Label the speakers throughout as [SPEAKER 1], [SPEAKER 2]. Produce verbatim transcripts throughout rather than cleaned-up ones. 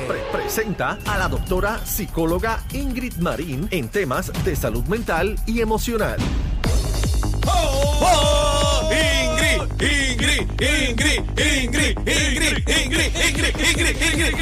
[SPEAKER 1] pre- presenta a la doctora psicóloga Ingrid Marín en temas de salud mental y emocional.
[SPEAKER 2] ¡Oh! ¡Oh! Ingrid, Ingrid, Ingrid, Ingrid, Ingrid, Ingrid, Ingrid, Ingrid,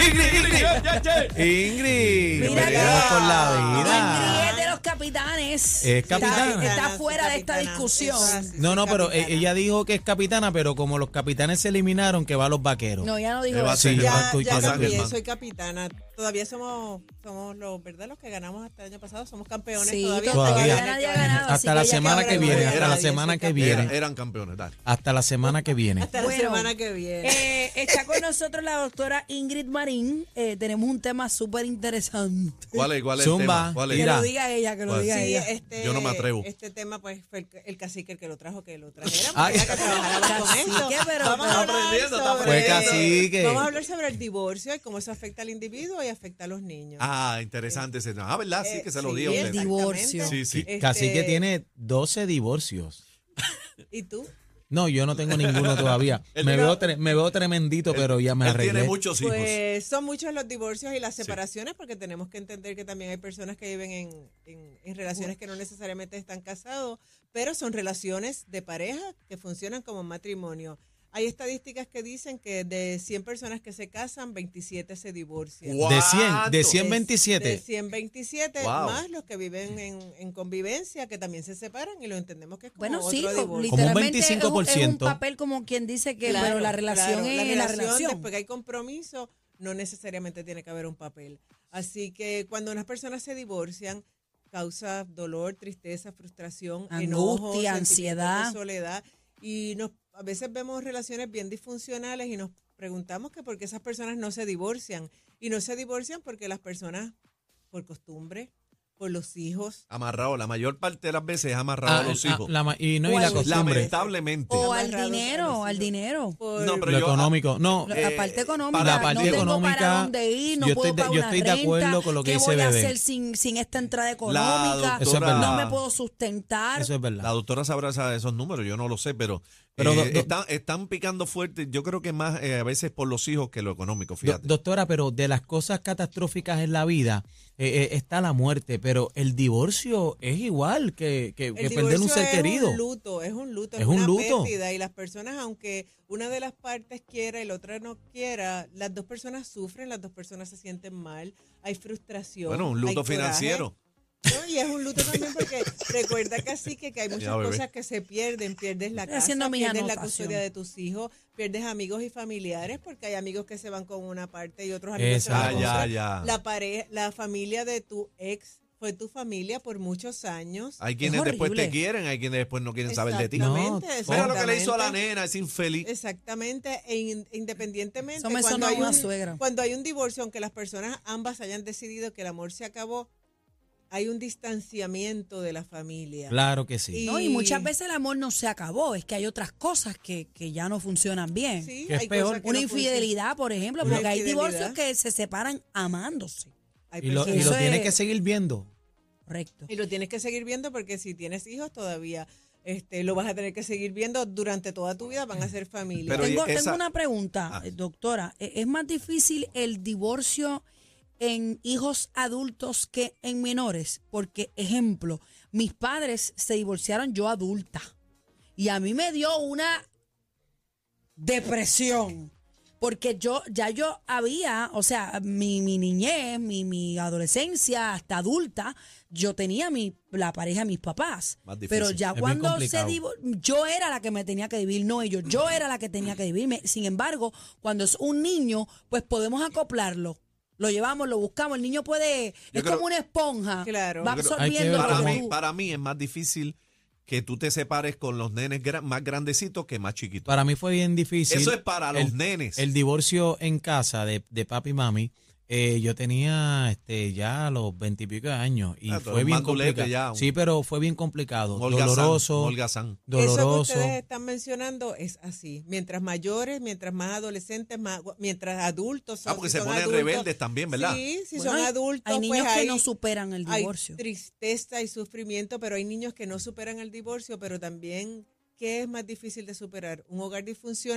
[SPEAKER 2] Ingrid, Ingrid, Ingrid.
[SPEAKER 3] Mira que
[SPEAKER 2] Vamos por la
[SPEAKER 3] Ingrid
[SPEAKER 2] vida.
[SPEAKER 3] es de los capitanes.
[SPEAKER 2] Es capitana.
[SPEAKER 3] Está, está fuera de esta
[SPEAKER 4] capitana.
[SPEAKER 3] discusión.
[SPEAKER 4] Exacto.
[SPEAKER 2] No, no, pero
[SPEAKER 4] capitana.
[SPEAKER 2] ella dijo que es capitana, pero como los capitanes se eliminaron, que va a los vaqueros.
[SPEAKER 3] No, ya no dijo
[SPEAKER 5] Me va a
[SPEAKER 3] eso.
[SPEAKER 2] Sí,
[SPEAKER 5] hacer-
[SPEAKER 2] yo
[SPEAKER 4] Ya,
[SPEAKER 2] estoy
[SPEAKER 4] ya
[SPEAKER 2] con
[SPEAKER 4] cambié,
[SPEAKER 2] Germán.
[SPEAKER 4] soy capitana. Todavía somos, somos los, ¿verdad? Los que ganamos hasta el año pasado, somos campeones
[SPEAKER 3] Sí,
[SPEAKER 4] todavía.
[SPEAKER 2] todavía
[SPEAKER 4] Todavía
[SPEAKER 3] nadie ha
[SPEAKER 4] hay que
[SPEAKER 3] ganado. así
[SPEAKER 2] Hasta la
[SPEAKER 3] que ya
[SPEAKER 2] semana
[SPEAKER 3] que
[SPEAKER 2] que
[SPEAKER 3] ahora
[SPEAKER 2] viene,
[SPEAKER 3] no
[SPEAKER 2] hasta la
[SPEAKER 4] nadie,
[SPEAKER 2] semana
[SPEAKER 4] soy
[SPEAKER 2] que
[SPEAKER 4] capitana.
[SPEAKER 5] Eran,
[SPEAKER 2] viene.
[SPEAKER 5] eran campeones, dale.
[SPEAKER 2] Hasta la semana que viene.
[SPEAKER 4] Hasta
[SPEAKER 3] Bueno,
[SPEAKER 4] la semana que viene.
[SPEAKER 3] Eh, está con nosotros la doctora Ingrid Marín. Eh, tenemos un tema súper interesante.
[SPEAKER 5] ¿Cuál es, cuál es
[SPEAKER 2] Zumba,
[SPEAKER 5] el tema? ¿Cuál es?
[SPEAKER 3] Que
[SPEAKER 2] Mira.
[SPEAKER 3] lo diga ella, que lo
[SPEAKER 5] Pues
[SPEAKER 3] diga
[SPEAKER 4] Sí,
[SPEAKER 3] ella.
[SPEAKER 4] este,
[SPEAKER 5] Yo no me atrevo.
[SPEAKER 4] Este tema, pues, fue el, el cacique el que lo trajo, que lo trajera.
[SPEAKER 2] Ay.
[SPEAKER 4] Porque era que trabajáramos con
[SPEAKER 3] Cacique,
[SPEAKER 4] esto.
[SPEAKER 3] pero-
[SPEAKER 4] Vamos
[SPEAKER 3] pero-
[SPEAKER 4] a hablar
[SPEAKER 5] aprendiendo, está
[SPEAKER 4] sobre-
[SPEAKER 2] Fue cacique.
[SPEAKER 4] Vamos a hablar sobre el divorcio y cómo eso afecta al individuo y afecta a los niños.
[SPEAKER 5] Ah, interesante ese tema. Ah, ¿verdad? Sí,
[SPEAKER 4] Eh,
[SPEAKER 5] que se lo
[SPEAKER 4] sí,
[SPEAKER 5] di a usted.
[SPEAKER 3] el divorcio.
[SPEAKER 5] Sí, sí.
[SPEAKER 4] Este,
[SPEAKER 2] Cacique tiene doce divorcios.
[SPEAKER 4] ¿Y tú?
[SPEAKER 2] No, yo no tengo ninguno todavía.
[SPEAKER 5] Él
[SPEAKER 2] Me
[SPEAKER 5] no-
[SPEAKER 2] veo, tre- me veo tremendito, pero ya me
[SPEAKER 5] Él
[SPEAKER 2] arreglé.
[SPEAKER 5] tiene muchos hijos.
[SPEAKER 4] Pues son muchos los divorcios y las separaciones, porque tenemos que entender que también hay personas que viven en, en- en relaciones que no necesariamente están casados, pero son relaciones de pareja que funcionan como matrimonio. Hay estadísticas que dicen que de cien personas que se casan, veintisiete se divorcian.
[SPEAKER 5] Wow.
[SPEAKER 2] De cien, de
[SPEAKER 5] ¿Cuánto?
[SPEAKER 2] cien
[SPEAKER 4] De
[SPEAKER 2] veintisiete.
[SPEAKER 4] ciento veintisiete
[SPEAKER 5] Wow.
[SPEAKER 4] más los que viven en, en convivencia, que también se separan y lo entendemos que es como
[SPEAKER 3] Bueno,
[SPEAKER 4] otro
[SPEAKER 3] sí,
[SPEAKER 4] divorcio.
[SPEAKER 2] Como un
[SPEAKER 3] literalmente
[SPEAKER 2] veinticinco por
[SPEAKER 3] es un- es un
[SPEAKER 2] ciento.
[SPEAKER 3] papel como quien dice que
[SPEAKER 4] Claro,
[SPEAKER 3] pero la relación
[SPEAKER 4] claro,
[SPEAKER 3] es la relación.
[SPEAKER 4] Después que hay compromiso, no necesariamente tiene que haber un papel. Así que cuando unas personas se divorcian, causa dolor, tristeza, frustración,
[SPEAKER 3] Angustia,
[SPEAKER 4] enojo, sentimientos
[SPEAKER 3] ansiedad.
[SPEAKER 4] de soledad. Y nos, a veces vemos relaciones bien disfuncionales y nos preguntamos que por qué esas personas no se divorcian. Y no se divorcian porque las personas, por costumbre, por los hijos,
[SPEAKER 5] Amarrado, la mayor parte de las veces es amarrado
[SPEAKER 2] Ah,
[SPEAKER 5] a los
[SPEAKER 2] ah,
[SPEAKER 5] hijos.
[SPEAKER 2] la ma- y no, y
[SPEAKER 3] O
[SPEAKER 2] la
[SPEAKER 3] al-
[SPEAKER 2] costumbre.
[SPEAKER 5] Lamentablemente.
[SPEAKER 3] O al
[SPEAKER 4] Amarrados a
[SPEAKER 3] dinero,
[SPEAKER 4] los
[SPEAKER 3] al
[SPEAKER 4] hijos.
[SPEAKER 3] dinero.
[SPEAKER 4] por,
[SPEAKER 5] No, pero
[SPEAKER 2] Lo
[SPEAKER 5] yo-
[SPEAKER 2] económico. No,
[SPEAKER 3] La
[SPEAKER 5] Eh,
[SPEAKER 3] parte económica,
[SPEAKER 2] para la parte
[SPEAKER 3] no tengo
[SPEAKER 2] económica,
[SPEAKER 3] para dónde ir, no
[SPEAKER 2] yo
[SPEAKER 3] puedo
[SPEAKER 2] estoy de-
[SPEAKER 3] pagar
[SPEAKER 2] yo
[SPEAKER 3] una
[SPEAKER 2] estoy de
[SPEAKER 3] renta,
[SPEAKER 2] acuerdo con lo que
[SPEAKER 3] ¿qué
[SPEAKER 2] dice
[SPEAKER 3] voy a
[SPEAKER 2] Bebé?
[SPEAKER 3] hacer sin, sin esta entrada
[SPEAKER 5] La
[SPEAKER 3] económica?
[SPEAKER 2] Eso es
[SPEAKER 5] doctora-
[SPEAKER 2] verdad.
[SPEAKER 3] No me puedo sustentar.
[SPEAKER 2] eso es verdad.
[SPEAKER 5] La doctora sabrá esa- esos números, yo no lo sé, pero,
[SPEAKER 2] Pero,
[SPEAKER 5] eh,
[SPEAKER 2] do- do-
[SPEAKER 5] están, están picando fuerte. Yo creo que más eh, a veces por los hijos que lo económico,
[SPEAKER 2] Do-
[SPEAKER 5] fíjate.
[SPEAKER 2] doctora, pero de las cosas catastróficas en la vida eh, eh, está la muerte, pero el divorcio es igual que, que- que
[SPEAKER 4] El
[SPEAKER 2] perder un
[SPEAKER 4] divorcio
[SPEAKER 2] ser querido.
[SPEAKER 4] Es un luto, es un luto, es,
[SPEAKER 2] Es un
[SPEAKER 4] una
[SPEAKER 2] luto.
[SPEAKER 4] pérdida. Y las personas, aunque una de las partes quiera y la otra no quiera, las dos personas sufren, las dos personas se sienten mal, hay frustración.
[SPEAKER 5] Bueno, un
[SPEAKER 4] hay
[SPEAKER 5] luto
[SPEAKER 4] coraje.
[SPEAKER 5] financiero.
[SPEAKER 4] No, y es un luto también porque recuerda que así que, que hay muchas
[SPEAKER 5] Ya, bebé.
[SPEAKER 4] cosas que se pierden, pierdes la
[SPEAKER 3] Estoy
[SPEAKER 4] casa,
[SPEAKER 3] haciendo mis
[SPEAKER 4] pierdes la
[SPEAKER 3] anotaciones.
[SPEAKER 4] custodia de tus hijos, pierdes amigos y familiares porque hay amigos que se van con una parte y otros amigos se van
[SPEAKER 2] Exacto.
[SPEAKER 4] con
[SPEAKER 5] Ya,
[SPEAKER 4] otra.
[SPEAKER 5] ya.
[SPEAKER 4] La pareja, la familia de tu ex fue tu familia por muchos años.
[SPEAKER 5] Hay quienes
[SPEAKER 3] Es
[SPEAKER 5] después te
[SPEAKER 3] horrible.
[SPEAKER 5] quieren, hay quienes después no quieren saber de ti.
[SPEAKER 4] Exactamente,
[SPEAKER 2] No,
[SPEAKER 5] Mira lo que le hizo a la
[SPEAKER 4] exactamente.
[SPEAKER 5] nena, es infeliz.
[SPEAKER 4] Exactamente, e in- independientemente,
[SPEAKER 3] Eso me
[SPEAKER 4] cuando,
[SPEAKER 3] sonó a
[SPEAKER 4] hay
[SPEAKER 3] una
[SPEAKER 4] un,
[SPEAKER 3] suegra.
[SPEAKER 4] cuando hay un divorcio, aunque las personas ambas hayan decidido que el amor se acabó, hay un distanciamiento de la familia.
[SPEAKER 2] Claro que sí.
[SPEAKER 4] Y-
[SPEAKER 3] No, y muchas veces el amor no se acabó, es que hay otras cosas que, que ya no funcionan bien.
[SPEAKER 4] Sí,
[SPEAKER 2] que es
[SPEAKER 4] hay
[SPEAKER 2] peor,
[SPEAKER 4] cosas que
[SPEAKER 3] Una
[SPEAKER 4] no
[SPEAKER 3] infidelidad, por ejemplo,
[SPEAKER 4] Una
[SPEAKER 3] porque hay
[SPEAKER 4] infidelidad.
[SPEAKER 3] divorcios que se separan amándose.
[SPEAKER 4] funcionan. Hay
[SPEAKER 2] Y lo, y
[SPEAKER 4] personas-
[SPEAKER 2] lo
[SPEAKER 3] Eso
[SPEAKER 2] tienes
[SPEAKER 3] es-
[SPEAKER 2] que seguir viendo.
[SPEAKER 3] Correcto.
[SPEAKER 4] y lo tienes que seguir viendo porque si tienes hijos todavía este, lo vas a tener que seguir viendo durante toda tu vida, van a ser familia.
[SPEAKER 5] Pero
[SPEAKER 3] tengo,
[SPEAKER 5] y esa-
[SPEAKER 3] tengo una pregunta,
[SPEAKER 5] Ah.
[SPEAKER 3] eh, doctora. ¿E- ¿Es más difícil el divorcio en hijos adultos que en menores? Porque, ejemplo, mis padres se divorciaron yo adulta y a mí me dio una depresión. Porque yo, ya yo había, o sea, mi, mi niñez, mi, mi adolescencia, hasta adulta, yo tenía mi, la pareja de mis papás.
[SPEAKER 5] Más difícil.
[SPEAKER 3] Pero ya
[SPEAKER 2] Es bien
[SPEAKER 3] cuando se
[SPEAKER 2] complicado.
[SPEAKER 3] divorciaron, yo era la que me tenía que dividir, no ellos, yo era la que tenía que dividirme. Sin embargo, cuando es un niño, pues podemos acoplarlo. Lo llevamos, lo buscamos, el niño puede,
[SPEAKER 5] Yo
[SPEAKER 3] es
[SPEAKER 5] creo-
[SPEAKER 3] como una esponja,
[SPEAKER 4] Claro.
[SPEAKER 3] va
[SPEAKER 5] Yo creo-
[SPEAKER 2] Hay que
[SPEAKER 3] absorbiendo
[SPEAKER 2] ver
[SPEAKER 3] lo
[SPEAKER 5] Para
[SPEAKER 3] que
[SPEAKER 5] mí,
[SPEAKER 3] tú-
[SPEAKER 5] para mí es más difícil que tú te separes con los nenes gra- más grandecitos que más chiquitos.
[SPEAKER 2] Para mí fue bien difícil.
[SPEAKER 5] Eso es para los
[SPEAKER 2] el,
[SPEAKER 5] nenes.
[SPEAKER 2] El divorcio en casa de, de papi y mami. Eh, yo tenía este ya los veintipico de años y
[SPEAKER 5] Ah, tú
[SPEAKER 2] fue
[SPEAKER 5] eres
[SPEAKER 2] bien
[SPEAKER 5] mandulete
[SPEAKER 2] complicado.
[SPEAKER 5] ya, un-
[SPEAKER 2] Sí, pero fue bien complicado.
[SPEAKER 5] Un holgazán,
[SPEAKER 2] doloroso.
[SPEAKER 5] un holgazán.
[SPEAKER 4] Eso que
[SPEAKER 2] Doloroso.
[SPEAKER 4] ustedes están mencionando es así. Mientras mayores, mientras más adolescentes, más, mientras adultos.
[SPEAKER 5] Ah,
[SPEAKER 4] son-
[SPEAKER 5] porque
[SPEAKER 4] si
[SPEAKER 5] se
[SPEAKER 4] son
[SPEAKER 5] ponen
[SPEAKER 4] adultos,
[SPEAKER 5] rebeldes también, ¿verdad?
[SPEAKER 4] Sí, si
[SPEAKER 3] Bueno,
[SPEAKER 4] son
[SPEAKER 3] hay-
[SPEAKER 4] adultos,
[SPEAKER 3] hay niños
[SPEAKER 4] pues
[SPEAKER 3] que
[SPEAKER 4] hay,
[SPEAKER 3] no superan el
[SPEAKER 4] hay
[SPEAKER 3] divorcio.
[SPEAKER 4] tristeza y sufrimiento, pero hay niños que no superan el divorcio, pero también, ¿qué es más difícil de superar? ¿Un hogar disfuncional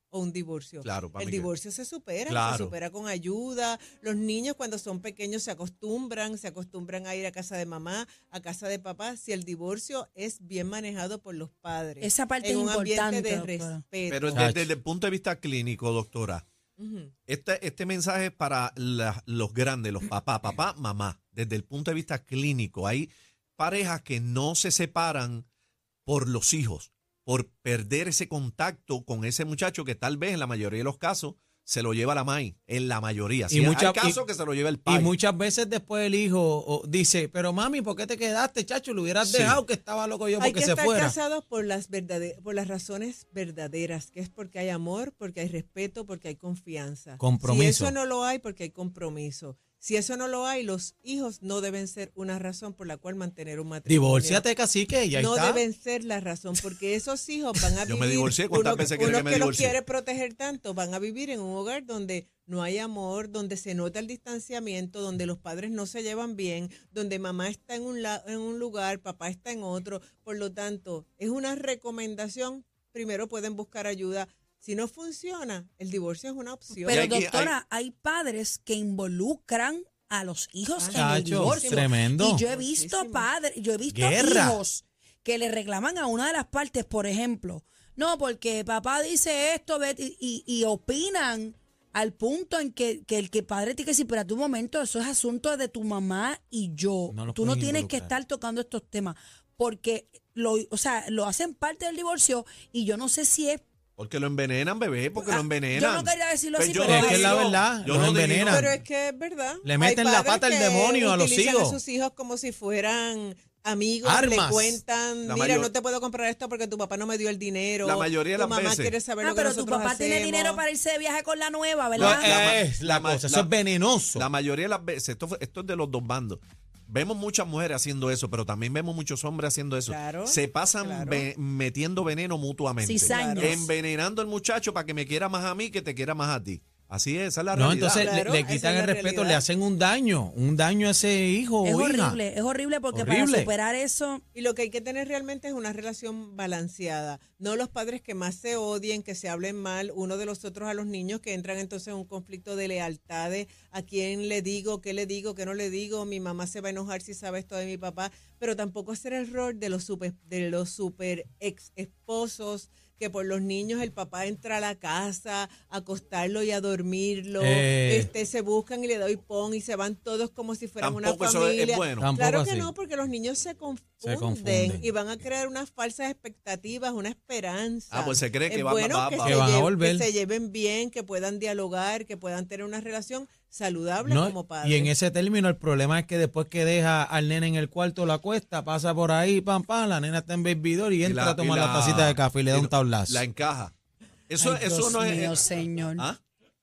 [SPEAKER 4] o un divorcio.
[SPEAKER 5] Claro, para
[SPEAKER 4] el
[SPEAKER 5] mí que-
[SPEAKER 4] divorcio se supera,
[SPEAKER 5] Claro.
[SPEAKER 4] se supera con ayuda. Los niños cuando son pequeños se acostumbran, se acostumbran a ir a casa de mamá, a casa de papá. Si el divorcio es bien manejado por los padres.
[SPEAKER 3] Esa parte
[SPEAKER 4] en
[SPEAKER 3] es
[SPEAKER 4] un ambiente
[SPEAKER 3] importante,
[SPEAKER 4] de
[SPEAKER 3] doctora.
[SPEAKER 4] respeto.
[SPEAKER 5] Pero
[SPEAKER 2] Chacho.
[SPEAKER 5] desde, desde el punto de vista clínico, doctora,
[SPEAKER 4] Ujú.
[SPEAKER 5] este, este mensaje es para la- los grandes, los papás, papá, mamá. Desde el punto de vista clínico, hay parejas que no se separan por los hijos, por perder ese contacto con ese muchacho que tal vez en la mayoría de los casos se lo lleva la maíz, en la mayoría. Sí,
[SPEAKER 2] Y mucha-
[SPEAKER 5] hay casos
[SPEAKER 2] y-
[SPEAKER 5] que se lo lleva el
[SPEAKER 2] Y
[SPEAKER 5] pai.
[SPEAKER 2] muchas veces después el hijo o, dice, pero mami, ¿por qué te quedaste, chacho? Lo hubieras
[SPEAKER 5] Sí.
[SPEAKER 2] dejado que estaba loco yo
[SPEAKER 4] Hay
[SPEAKER 2] porque
[SPEAKER 4] que
[SPEAKER 2] se
[SPEAKER 4] estar
[SPEAKER 2] fuera.
[SPEAKER 4] casados por las verdade- por las razones verdaderas, que es porque hay amor, porque hay respeto, porque hay confianza.
[SPEAKER 2] Compromiso.
[SPEAKER 4] Si eso no lo hay, porque hay compromiso. Si eso no lo hay, los hijos no deben ser una razón por la cual mantener un matrimonio.
[SPEAKER 2] Divórciate, cacique, y ya
[SPEAKER 4] no
[SPEAKER 2] está.
[SPEAKER 4] deben ser la razón, porque esos hijos van a
[SPEAKER 5] Yo
[SPEAKER 4] vivir.
[SPEAKER 5] me divorcié, ¿cuántas
[SPEAKER 4] uno,
[SPEAKER 5] veces quiere
[SPEAKER 4] uno
[SPEAKER 5] que me
[SPEAKER 4] que los
[SPEAKER 5] divorcie?
[SPEAKER 4] quiere proteger tanto, van a vivir en un hogar donde no hay amor, donde se nota el distanciamiento, donde los padres no se llevan bien, donde mamá está en un, la- en un lugar, papá está en otro. Por lo tanto, es una recomendación. Primero pueden buscar ayuda. Si no funciona, el divorcio es una opción.
[SPEAKER 3] Pero
[SPEAKER 5] hay que-
[SPEAKER 3] doctora, hay... padres que involucran a los hijos en el
[SPEAKER 2] Chacho,
[SPEAKER 3] divorcio.
[SPEAKER 2] tremendo.
[SPEAKER 3] Y yo he visto
[SPEAKER 4] Muchísimo.
[SPEAKER 3] padres, yo he visto
[SPEAKER 2] Guerra.
[SPEAKER 3] hijos que le reclaman a una de las partes, por ejemplo, no, porque papá dice esto, ve- y, y- y opinan al punto en que, que el que padre tiene que decir, pero a tu momento, eso es asunto de tu mamá y yo.
[SPEAKER 2] No los
[SPEAKER 3] Tú no
[SPEAKER 2] pueden
[SPEAKER 3] tienes que
[SPEAKER 2] involucrar.
[SPEAKER 3] estar tocando estos temas, porque lo, o sea, lo hacen parte del divorcio y yo no sé si es.
[SPEAKER 5] Porque lo envenenan, bebé, porque
[SPEAKER 3] Ah,
[SPEAKER 5] lo envenenan.
[SPEAKER 3] yo no quería decirlo
[SPEAKER 5] Pues
[SPEAKER 3] así,
[SPEAKER 5] yo
[SPEAKER 3] pero
[SPEAKER 5] no
[SPEAKER 2] es que es la
[SPEAKER 5] digo-
[SPEAKER 2] verdad,
[SPEAKER 5] yo
[SPEAKER 2] los
[SPEAKER 5] no digo-
[SPEAKER 2] envenenan.
[SPEAKER 4] Pero es que es verdad.
[SPEAKER 2] Le
[SPEAKER 4] Hay
[SPEAKER 2] meten la
[SPEAKER 4] padres
[SPEAKER 2] pata al
[SPEAKER 4] que
[SPEAKER 2] demonio a los
[SPEAKER 4] utilizan
[SPEAKER 2] hijos.
[SPEAKER 4] a sus hijos como si fueran amigos,
[SPEAKER 2] Armas.
[SPEAKER 4] le cuentan,
[SPEAKER 5] La
[SPEAKER 4] mira,
[SPEAKER 5] mayor-
[SPEAKER 4] no te puedo comprar esto porque tu papá no me dio el dinero.
[SPEAKER 5] La mayoría de
[SPEAKER 4] tu
[SPEAKER 5] las
[SPEAKER 4] mamá
[SPEAKER 5] veces.
[SPEAKER 4] quiere saber
[SPEAKER 3] Ah,
[SPEAKER 4] lo que
[SPEAKER 3] pero tu
[SPEAKER 4] nosotros
[SPEAKER 3] papá tiene
[SPEAKER 4] hacemos.
[SPEAKER 3] dinero para irse de viaje con la nueva,
[SPEAKER 2] No,
[SPEAKER 3] ¿verdad?
[SPEAKER 5] ma-
[SPEAKER 2] es la
[SPEAKER 5] la ma-
[SPEAKER 2] cosa, eso
[SPEAKER 5] la-
[SPEAKER 2] es venenoso.
[SPEAKER 5] La mayoría de las veces, esto, fue- esto es de los dos bandos. Vemos muchas mujeres haciendo eso, pero también vemos muchos hombres haciendo eso.
[SPEAKER 4] Claro,
[SPEAKER 5] Se pasan
[SPEAKER 4] claro.
[SPEAKER 5] ve- metiendo veneno mutuamente.
[SPEAKER 3] Cizañas.
[SPEAKER 5] Envenenando al muchacho para que me quiera más a mí que te quiera más a ti. Así es, esa es la
[SPEAKER 2] No,
[SPEAKER 5] realidad.
[SPEAKER 2] entonces le-
[SPEAKER 4] Claro,
[SPEAKER 2] le,
[SPEAKER 4] esa
[SPEAKER 2] quitan
[SPEAKER 4] es
[SPEAKER 2] el
[SPEAKER 4] la
[SPEAKER 2] respeto,
[SPEAKER 4] realidad.
[SPEAKER 2] le hacen un daño, un daño a ese hijo
[SPEAKER 3] Es
[SPEAKER 2] o hija.
[SPEAKER 3] horrible, es horrible porque
[SPEAKER 2] Horrible.
[SPEAKER 3] para superar eso,
[SPEAKER 4] Y lo que hay que tener realmente es una relación balanceada. No los padres que más se odien, que se hablen mal uno de los otros a los niños, que entran entonces en un conflicto de lealtades. ¿A quién le digo? ¿Qué le digo? ¿Qué no le digo? Mi mamá se va a enojar si sabe esto de mi papá. Pero tampoco hacer el rol de los super, de los super ex esposos, que por los niños el papá entra a la casa a acostarlo y a dormirlo.
[SPEAKER 2] Eh.
[SPEAKER 4] Este, se buscan y le doy pon y se van todos como si fueran
[SPEAKER 5] Tampoco
[SPEAKER 4] una
[SPEAKER 5] eso es-
[SPEAKER 4] familia.
[SPEAKER 5] es bueno.
[SPEAKER 2] Tampoco
[SPEAKER 4] Claro que
[SPEAKER 2] así.
[SPEAKER 4] no, porque los niños se confunden,
[SPEAKER 2] confunden.
[SPEAKER 4] y van a crear unas falsas expectativas, una esperanza.
[SPEAKER 5] Ah, pues se cree que
[SPEAKER 4] es
[SPEAKER 5] va-
[SPEAKER 4] bueno
[SPEAKER 5] va-
[SPEAKER 4] que,
[SPEAKER 5] va-
[SPEAKER 4] se
[SPEAKER 2] Que van a
[SPEAKER 4] lleven,
[SPEAKER 2] volver.
[SPEAKER 4] que se lleven bien, que puedan dialogar, que puedan tener una relación saludable
[SPEAKER 2] No,
[SPEAKER 4] como padres.
[SPEAKER 2] y en ese término el problema es que después que deja al nene en el cuarto la cuesta, pasa por ahí, pam, pam, la nena está en bebidor y
[SPEAKER 5] Y
[SPEAKER 2] entra
[SPEAKER 5] la-
[SPEAKER 2] a tomar
[SPEAKER 5] y
[SPEAKER 2] la,
[SPEAKER 5] la-
[SPEAKER 2] tacita de café y le da
[SPEAKER 5] y
[SPEAKER 2] un tablazo.
[SPEAKER 5] La encaja. Eso,
[SPEAKER 3] ay,
[SPEAKER 5] eso
[SPEAKER 3] Dios
[SPEAKER 5] no
[SPEAKER 3] mío,
[SPEAKER 5] es.
[SPEAKER 3] señor,
[SPEAKER 5] ¿Ah?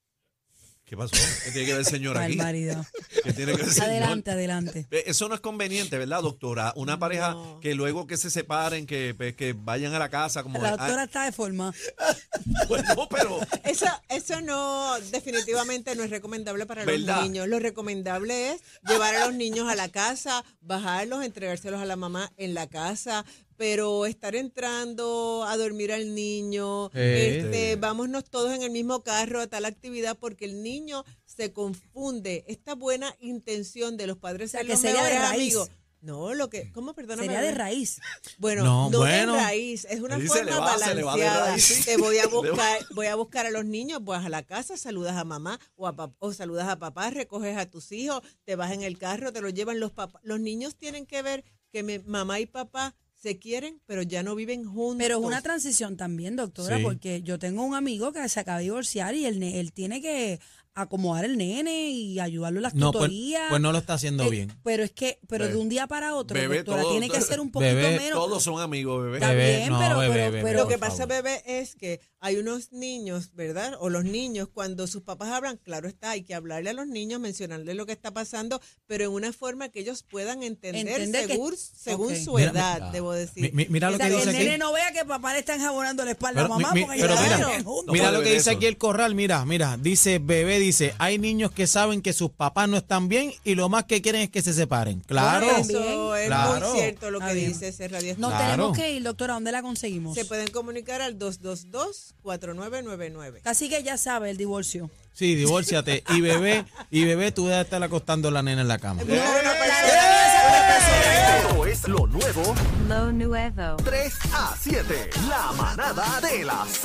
[SPEAKER 5] ¿Qué pasó? ¿Qué tiene que ver el señor aquí?
[SPEAKER 3] barbaridad.
[SPEAKER 5] ¿Qué tiene que ver el señor?
[SPEAKER 3] Adelante, adelante.
[SPEAKER 5] Eh, Eso no es conveniente, ¿verdad, doctora? Una pareja
[SPEAKER 4] No.
[SPEAKER 5] que luego que se separen, que, pues, que vayan a la casa como...
[SPEAKER 3] La
[SPEAKER 5] ah,
[SPEAKER 3] doctora está de forma.
[SPEAKER 5] bueno, pero...
[SPEAKER 4] Eso, eso no, definitivamente no es recomendable para
[SPEAKER 5] ¿Verdad?
[SPEAKER 4] los niños. Lo recomendable es llevar a los niños a la casa, bajarlos, entregárselos a la mamá en la casa, pero estar entrando a dormir al niño,
[SPEAKER 2] Eh.
[SPEAKER 4] este, vámonos todos en el mismo carro a tal actividad, porque el niño se confunde. Esta buena intención de los padres
[SPEAKER 3] sea,
[SPEAKER 4] ser
[SPEAKER 3] que
[SPEAKER 4] los
[SPEAKER 3] sería de
[SPEAKER 4] mejores
[SPEAKER 3] raíz.
[SPEAKER 4] amigos. No, lo que, ¿cómo? Perdóname.
[SPEAKER 3] Sería de
[SPEAKER 4] bebé.
[SPEAKER 3] raíz.
[SPEAKER 4] Bueno,
[SPEAKER 2] No,
[SPEAKER 4] no,
[SPEAKER 2] bueno.
[SPEAKER 4] de raíz, es una
[SPEAKER 5] Ahí se le
[SPEAKER 4] forma
[SPEAKER 5] va, se le va de
[SPEAKER 4] balanceada.
[SPEAKER 5] raíz, sí.
[SPEAKER 4] Te voy a
[SPEAKER 5] Le va.
[SPEAKER 4] buscar, voy a buscar a los niños, vas a la casa, saludas a mamá o, a pap- o saludas a papá, recoges a tus hijos, te vas en el carro, te los llevan los papás. Los niños tienen que ver que mi- mamá y papá se quieren, pero ya no viven juntos.
[SPEAKER 3] Pero es una transición también, doctora,
[SPEAKER 2] Sí.
[SPEAKER 3] porque yo tengo un amigo que se acaba de divorciar y él, ne- él tiene que acomodar el nene y ayudarlo en las
[SPEAKER 2] No, pues,
[SPEAKER 3] tutorías.
[SPEAKER 2] pues no lo está haciendo
[SPEAKER 3] Eh,
[SPEAKER 2] bien.
[SPEAKER 3] Pero es que, pero de
[SPEAKER 5] Bebé.
[SPEAKER 3] un día para otro,
[SPEAKER 5] Bebé,
[SPEAKER 3] doctora,
[SPEAKER 5] todo-
[SPEAKER 3] tiene que ser un poquito
[SPEAKER 2] Bebé,
[SPEAKER 3] menos.
[SPEAKER 5] Todos son amigos, bebé.
[SPEAKER 3] Está
[SPEAKER 2] Bebé,
[SPEAKER 3] bien,
[SPEAKER 2] no,
[SPEAKER 3] pero,
[SPEAKER 2] bebé,
[SPEAKER 3] pero,
[SPEAKER 2] bebé,
[SPEAKER 3] pero-
[SPEAKER 4] Lo que
[SPEAKER 2] por
[SPEAKER 4] pasa,
[SPEAKER 2] favor.
[SPEAKER 4] bebé, es que hay unos niños, ¿verdad? O los niños, cuando sus papás hablan, claro está, hay que hablarle a los niños, mencionarles lo que está pasando, pero en una forma que ellos puedan entender,
[SPEAKER 3] Entender que-
[SPEAKER 4] según, según
[SPEAKER 3] Ok.
[SPEAKER 4] su
[SPEAKER 2] Mira,
[SPEAKER 4] edad,
[SPEAKER 2] mira.
[SPEAKER 4] debo decir.
[SPEAKER 2] Mi- mi- mira lo
[SPEAKER 3] O sea,
[SPEAKER 2] que
[SPEAKER 3] que
[SPEAKER 2] dice
[SPEAKER 3] el
[SPEAKER 2] aquí.
[SPEAKER 3] nene no vea que papá le está enjabonando la espalda
[SPEAKER 2] Pero,
[SPEAKER 3] a mamá
[SPEAKER 2] mi- mi-
[SPEAKER 3] porque
[SPEAKER 2] pero
[SPEAKER 3] ya
[SPEAKER 2] mira,
[SPEAKER 3] viven juntos.
[SPEAKER 2] mira
[SPEAKER 5] No
[SPEAKER 2] lo
[SPEAKER 5] puede
[SPEAKER 2] que
[SPEAKER 5] ver
[SPEAKER 2] dice
[SPEAKER 5] eso.
[SPEAKER 2] aquí el corral, mira, mira, dice bebé, dice, hay niños que saben que sus papás no están bien y lo más que quieren es que se separen. Claro.
[SPEAKER 3] Bueno,
[SPEAKER 4] Eso es
[SPEAKER 2] Claro.
[SPEAKER 4] muy cierto lo
[SPEAKER 3] Está
[SPEAKER 4] que
[SPEAKER 3] bien.
[SPEAKER 4] dice ese radio.
[SPEAKER 3] Nos
[SPEAKER 2] Claro.
[SPEAKER 3] tenemos que ir, doctora. ¿Dónde la conseguimos?
[SPEAKER 4] Se pueden comunicar al dos dos dos, cuatro nueve nueve nueve.
[SPEAKER 3] Casi que ya sabe el divorcio.
[SPEAKER 2] Sí, divórciate. Y bebé, y bebé, tú debes estar acostando a la nena en la cama.
[SPEAKER 4] Una persona-
[SPEAKER 1] Esto es lo nuevo
[SPEAKER 6] Lo nuevo.
[SPEAKER 1] tres a siete. La manada de la